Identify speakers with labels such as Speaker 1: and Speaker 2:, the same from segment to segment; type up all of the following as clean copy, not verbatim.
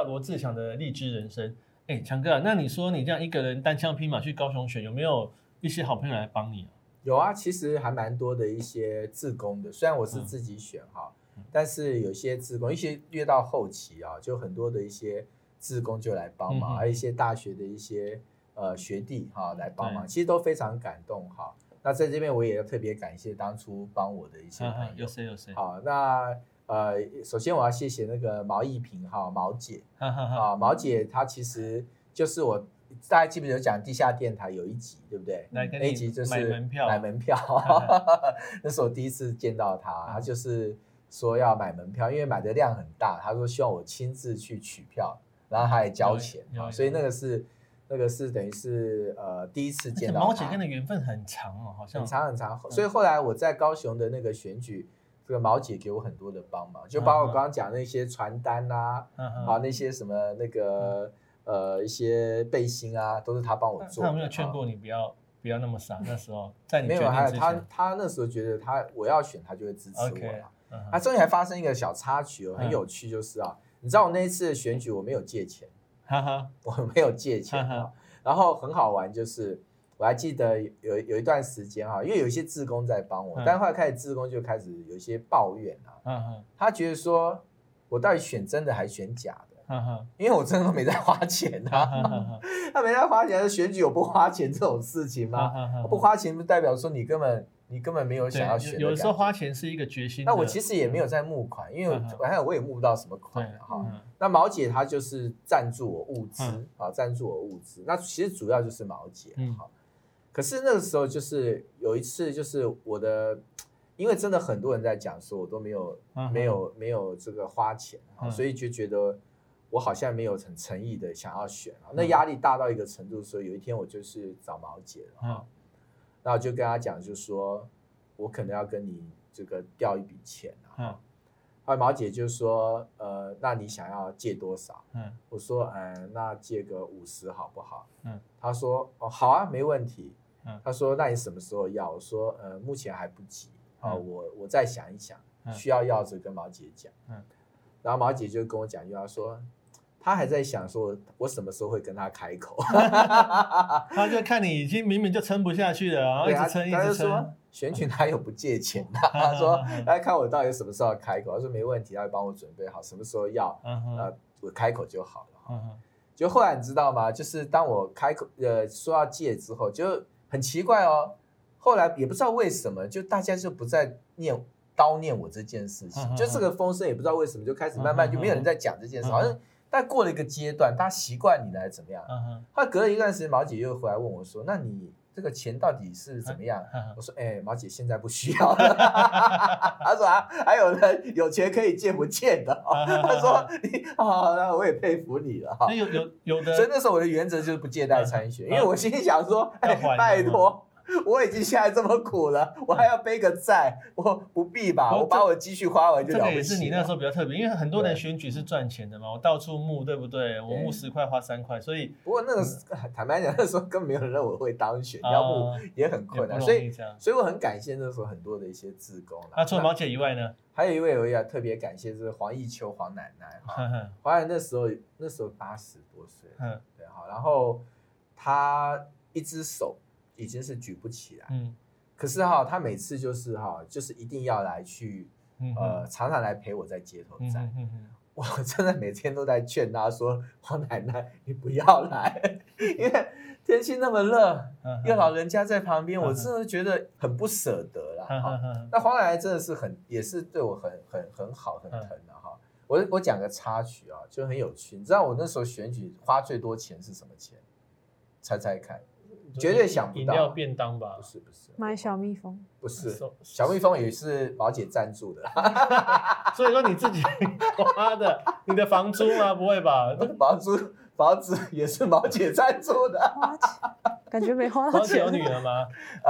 Speaker 1: 罗志强的励志人生。强哥，那你说你这样一个人单枪匹马去高雄选，有没有一些好朋友来帮你啊？
Speaker 2: 有啊，其实还蛮多的一些志工的，虽然我是自己选哈，但是有些志工，一些越到后期啊，就很多的一些志工就来帮忙，还有一些大学的一些学弟哈来帮忙，其实都非常感动哈。那在这边我也要特别感谢当初帮我的一些朋友，
Speaker 1: 有谁？
Speaker 2: 好，那首先我要谢谢那个毛义平哈，毛姐啊，毛姐她其实就是我。大家记不记得讲地下电台有一集，对不对？那一集就是买门票那是我第一次见到他，他就是说要买门票，因为买的量很大，他说希望我亲自去取票，然后他也交钱所以那个是等于是第一次见到他。
Speaker 1: 毛姐跟的缘分很长哦，好像
Speaker 2: 很长，所以后来我在高雄的那个选举，这个毛姐给我很多的帮忙，就包括我刚刚讲那些传单啊，那些什么那个。一些背心啊，都是他帮我做。
Speaker 1: 他有没有劝过你不要那么傻？那时候在你
Speaker 2: 没有，他那时候觉得我要选，他就会支持我了。中间还发生一个小插曲很有趣，就是你知道我那一次的选举我没有借钱，我没有借钱然后很好玩，就是我还记得有一段时间因为有一些志工在帮我，但后来开始志工就开始有一些抱怨他觉得说我到底选真的还选假的。因为我真的都没在花钱他没在花钱，选举有不花钱这种事情吗？不花钱不代表说你根本没有想要选的感觉。
Speaker 1: 有的时候花钱是一个决心。
Speaker 2: 那我其实也没有在募款，因为我也募不到什么款那毛姐她就是赞助我物资赞助我物资。那其实主要就是毛姐可是那个时候就是有一次就是我的。因为真的很多人在讲说我都没有这个花钱所以就觉得我好像没有很诚意的想要选那压力大到一个程度，所以有一天我就是找毛姐了那我就跟她讲，就说我可能要跟你这个调一笔钱后来毛姐就说那你想要借多少？我说那借个50好不好？她说好啊，没问题。她说那你什么时候要？我说目前还不急我再想一想，需要就跟毛姐讲然后毛姐就跟我讲一句话说，她还在想说我什么时候会跟她开口
Speaker 1: 她就看你已经明明就撑不下去了，然后一直撑一直撑。
Speaker 2: 选举哪有不借钱的她说她看我到底什么时候要开口，她说没问题，她会帮我准备好什么时候要我开口就好了就后来你知道吗，就是当我开口说要借之后就很奇怪后来也不知道为什么就大家就不再叨念我这件事情就这个风声也不知道为什么就开始慢慢就没有人在讲这件事好像但过了一个阶段大家习惯你来怎么样后来隔了一段时间毛姐又回来问我说那你这个钱到底是怎么样我说毛姐现在不需要了她说还有人有钱可以借不借的她说你那我也佩服你了
Speaker 1: 有的
Speaker 2: 所以那时候我的原则就是不借贷参选因为我心里想说拜托我已经现在这么苦了，我还要背个债，我不必吧？我把我的积蓄花完就了不起了。
Speaker 1: 这个也是你那时候比较特别，因为很多人选举是赚钱的嘛，我到处募，对不对？我募10块花3块，所以
Speaker 2: 不过那个坦白讲，那时候根本没有人认为我会当选，要募也很困难，所以我很感谢那时候很多的一些志工。
Speaker 1: 除了毛姐以外呢，
Speaker 2: 还有一位我也要特别感谢，是黄义秋黄奶奶黄奶奶那时候80多岁，对然后她一只手。已经是举不起来，可是他每次就是一定要来去，常常来陪我在街头站，我真的每天都在劝他说，黄奶奶你不要来，因为天气那么热，又老人家在旁边，我真的觉得很不舍得啦。那黄奶奶真的是也是对我很好很疼的我讲个插曲就很有趣，你知道我那时候选举花最多钱是什么钱？猜猜看。绝对想不到，
Speaker 1: 饮料便当吧？
Speaker 2: 不是，
Speaker 3: 买小蜜蜂？
Speaker 2: 不是，小蜜蜂也是毛姐赞助的。
Speaker 1: 所以说你自己花的，你的房租吗？不会吧？
Speaker 2: 房子也是毛姐赞助的。
Speaker 3: 感觉没花到钱。
Speaker 1: 毛姐有女儿吗？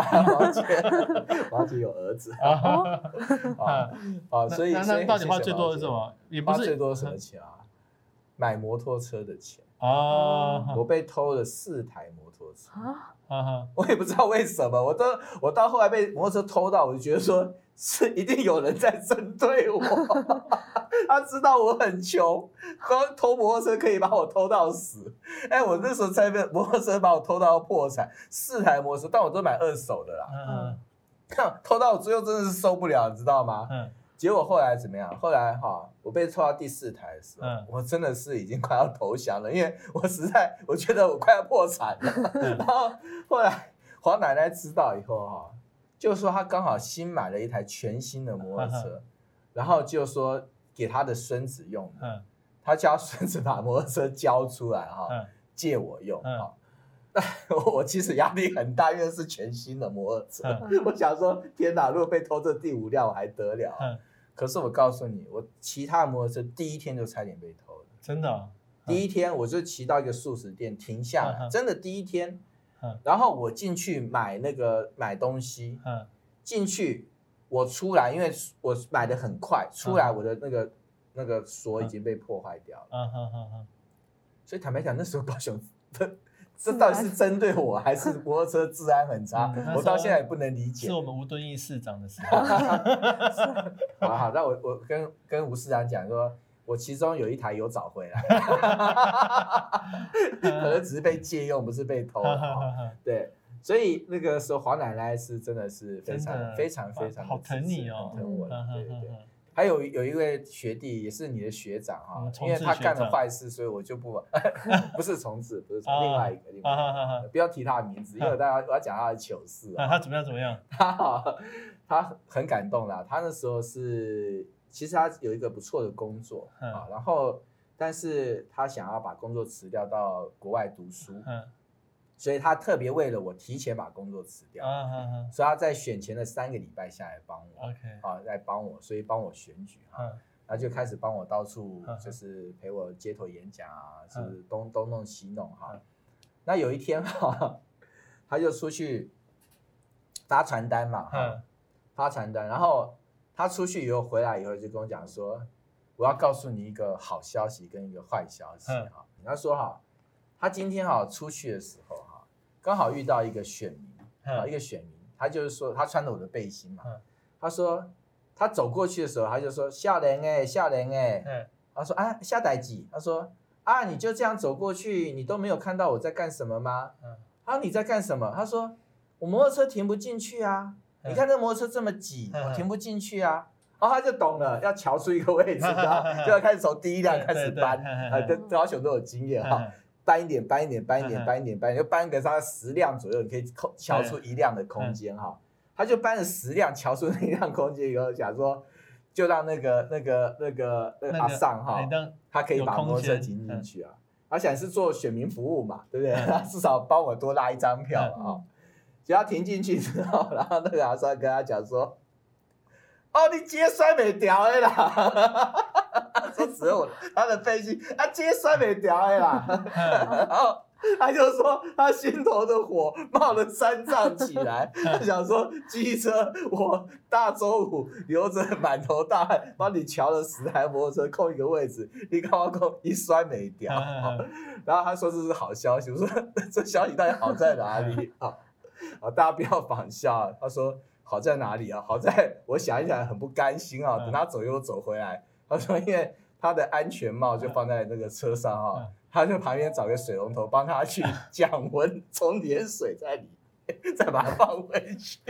Speaker 2: 毛姐有儿子。所以
Speaker 1: 那到底花最多的是什么？也不是
Speaker 2: 花最多什么钱买摩托车的钱
Speaker 1: 啊，
Speaker 2: 我被偷了4台摩托车
Speaker 3: 啊，
Speaker 2: 我也不知道为什么，我到后来被摩托车偷到，我就觉得说是一定有人在针对我，他知道我很穷，偷摩托车可以把我偷到死。我那时候才被摩托车把我偷到破产，4台摩托车，但我都买2手的啦。偷到我最后真的是受不了，你知道吗？结果后来怎么样？后来我被偷到第4台的时候，我真的是已经快要投降了，因为我觉得我快要破产了。然后后来黄奶奶知道以后就说她刚好新买了一台全新的摩托车，然后就说给她的孙子用的，她叫孙子把摩托车交出来借我用我其实压力很大，因为是全新的摩托车。我想说，天哪！如果被偷这第5辆，我还得了？可是我告诉你，我其他摩托车第1天就差点被偷了。
Speaker 1: 真的？
Speaker 2: 第1天我就骑到一个素食店停下来，真的第1天。然后我进去买东西，进去我出来，因为我买的很快，出来我的那个锁已经被破坏掉了。所以坦白讲，那时候高雄这到底是针对我，还是摩托车治安很差？我到现在也不能理解。
Speaker 1: 是我们吴敦义市长的时候。
Speaker 2: 好，那我跟吴市长讲说，我其中有1台有找回来，可能只是被借用，不是被偷。对，所以那个时候黄奶奶是真的是非常
Speaker 1: 好疼你哦，
Speaker 2: 很疼我。对。还有一位学弟也是你的学长因为他干了坏事，所以我就不是重置，不是另外一个，不要提他的名字，因为我要讲他的糗事
Speaker 1: 他怎么样？
Speaker 2: 他很感动啦，他那时候其实他有一个不错的工作然后但是他想要把工作辞掉到国外读书。所以他特别为了我提前把工作辞掉，所以他在选前的3个礼拜下来帮我，来帮我，所以帮我选举然后就开始帮我到处就是陪我街头演讲就是东弄西弄那有一天他就出去发传单嘛发传单，然后他出去以后回来以后就跟我讲说，我要告诉你一个好消息跟一个坏消息他说他今天出去的时候刚好遇到一个选民，他就是说他穿着我的背心嘛，他说他走过去的时候，他就说少年他说下代志，他说你就这样走过去，你都没有看到我在干什么吗？他说你在干什么？他说我摩托车停不进去啊，你看这摩托车这么挤，我停不进去啊。然后他就懂了，要瞧出一个位置，就要开始从第1辆开始搬，高雄都有经验搬一点，就搬个大概10辆左右，你可以瞧出1辆的空间他就搬了10辆，瞧出那1辆空间以后，想说就让那个阿尚他可以把摩托车停进去他想是做选民服务嘛，对不对？他至少帮我多拉1张票结果他停进去之后，然后那个阿尚跟他讲说，你接摔没掉的啦。说只有他的背心，接摔没掉的啦。然后他就说他心头的火冒了3丈起来，他想说机车我大周五流着满头大汗帮你瞧了10台摩托车空一个位置，你刚刚空一摔没掉然后他说这是好消息，我说这消息到底好在哪里大家不要仿效他说好在哪里好在我想一想很不甘心等他走又走回来，他说因为他的安全帽就放在那个车上他就旁边找个水龙头帮他去降温，冲点水在里面，再把它放回去。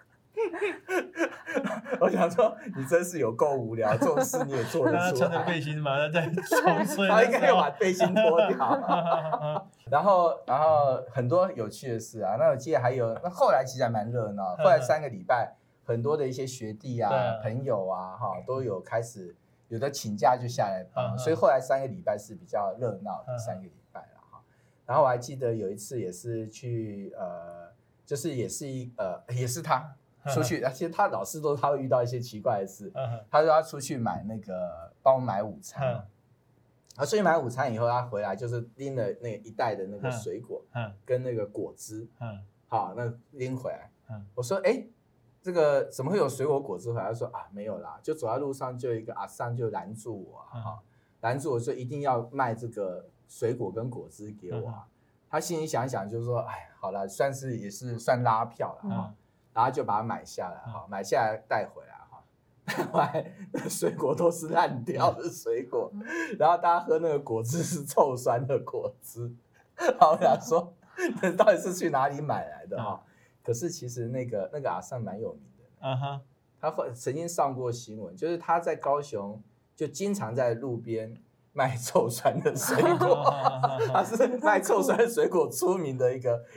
Speaker 2: 我想说，你真是有够无聊，这种事你也做得出来。
Speaker 1: 他穿着背心嘛，他在冲水。
Speaker 2: 他应该要把背心脱掉。然后很多有趣的事那我记得还有，那后来其实还蛮热闹。后来3个礼拜，很多的一些学弟朋友都有开始。有的请假就下来帮所以后来3个礼拜是比较热闹的3个礼拜了然后我还记得有一次也是去就是也是他出去，而且他老是都他会遇到一些奇怪的事。他说他出去买帮我买午餐。他出去买午餐以后，他回来就是拎了那1袋的那个水果，跟那个果汁，那拎回来。我说这个怎么会有水果果汁回来？他说没有啦，就走在路上就有一个阿桑就拦住我拦住我说一定要卖这个水果跟果汁给我啊。他心里想一想，就说：“哎，好了，也是算拉票了哈。”然后就把它买下来哈，买下来带回来哈。带回来那水果都是烂掉的水果，然后大家喝那个果汁是臭酸的果汁。好，我想说，那到底是去哪里买来的哈？可是其实那个阿桑蛮有名的，他曾经上过新闻，就是他在高雄就经常在路边卖臭酸的水果，他是卖臭酸水果出名的一个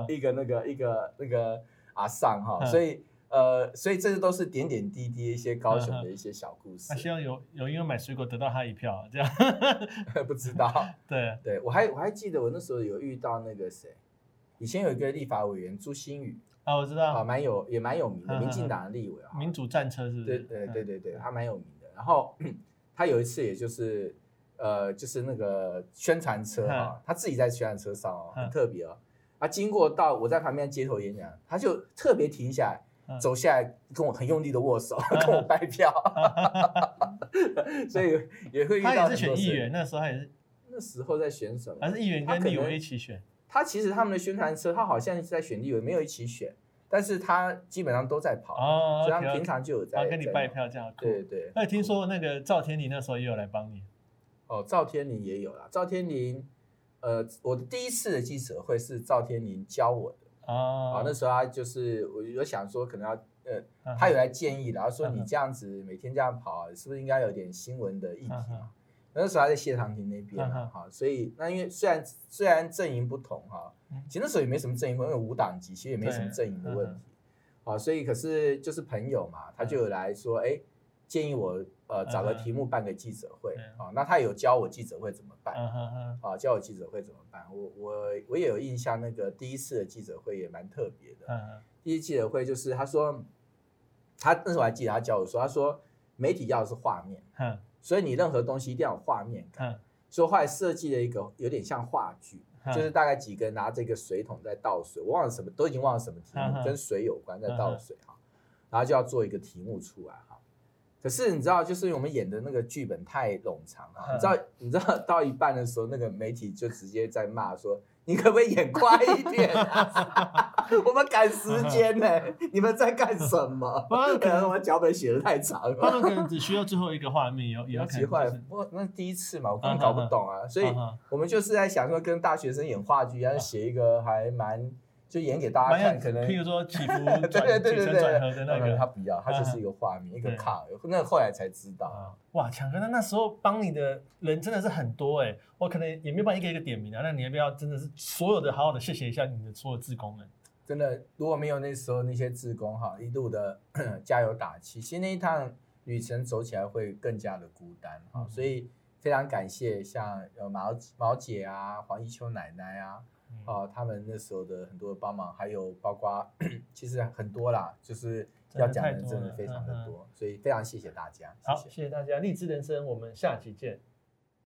Speaker 2: 阿桑哈，所以这些都是点点滴滴一些高雄的一些小故事。
Speaker 1: 他希望有因为买水果得到他一票，这样
Speaker 2: 不知道。
Speaker 1: 对，
Speaker 2: 我还记得我那时候有遇到那个谁，以前有一个立法委员朱新宇
Speaker 1: 啊，我知道
Speaker 2: 啊，也蛮有名的，民进党的立委啊，
Speaker 1: 民主战车是不是？
Speaker 2: 对，他蛮有名的。然后他有一次也就是就是那个宣传车哈，他自己在宣传车上哦，很特别哦。经过到我在旁边街头演讲，他就特别停下来，走下来跟我很用力的握手，跟我拜票，所以也会遇到。
Speaker 1: 他也是选议员，那时候他也是。
Speaker 2: 那时候在选什么？
Speaker 1: 还是议员跟立委一起选？
Speaker 2: 他其实他们的宣传车，他好像是在选立委，没有一起选，但是他基本上都在跑，所以他们平常就有在
Speaker 1: 跟你拜票这样。
Speaker 2: 对。
Speaker 1: 那听说那个赵天麟那时候也有来帮你。
Speaker 2: 哦，赵天麟也有啦。赵天麟，我的第一次的记者会是赵天麟教我的。那时候他就是我有想说可能要他有来建议，然后说你这样子每天这样跑，是不是应该有点新闻的议题嘛？那时候还在谢长廷那边哈，所以那因为虽然阵营不同哈，其实那时候也没什么阵营，因为无党籍，其实也没什么阵营的问题。所以可是就是朋友嘛，他就有来说，建议我找个题目办个记者会啊，那他有教我记者会怎么办教我记者会怎么办。我也有印象，那个第一次的记者会也蛮特别的。第一记者会就是他说，他那时候还记得他教我说，他说媒体要的是画面，所以你任何东西一定要有画面感。所以我后来设计了一个有点像话剧，就是大概几个人拿这个水桶在倒水，我忘了什么，都已经忘了什么题目，跟水有关，在倒水哈，然后就要做一个题目出来哈。可是你知道，就是因为我们演的那个剧本太冗长哈，你知道到一半的时候，那个媒体就直接在骂说：“你可不可以演快一点啊？我们赶时间呢，你们在干什么？”可能我脚本写的太长了，
Speaker 1: 他们可能只需要最后一个画面，有可能。
Speaker 2: 不过那第一次嘛，我根本搞不懂啊，所以我们就是在想说，跟大学生演话剧，然后写一个还蛮。就演给大家看，可能
Speaker 1: 譬如说起伏转合的那个，
Speaker 2: 他不要，他就是一个画面，一个卡，那后来才知道。
Speaker 1: 哇，强哥，那时候帮你的人真的是很多我可能也没有办法一个一个点名啊。那你要不要真的是所有的好好的谢谢一下你的所有志工们？
Speaker 2: 真的，如果没有那时候那些志工哈，一路的加油打气，其实那一趟旅程走起来会更加的孤单哈。所以非常感谢像毛姐啊、黄一秋奶奶啊。他们那时候的很多的帮忙，还有包括其实很多啦，就是要讲的真的非常的多，所以非常谢谢大家。
Speaker 1: 好，谢谢大家，荔枝人生，我们下期见。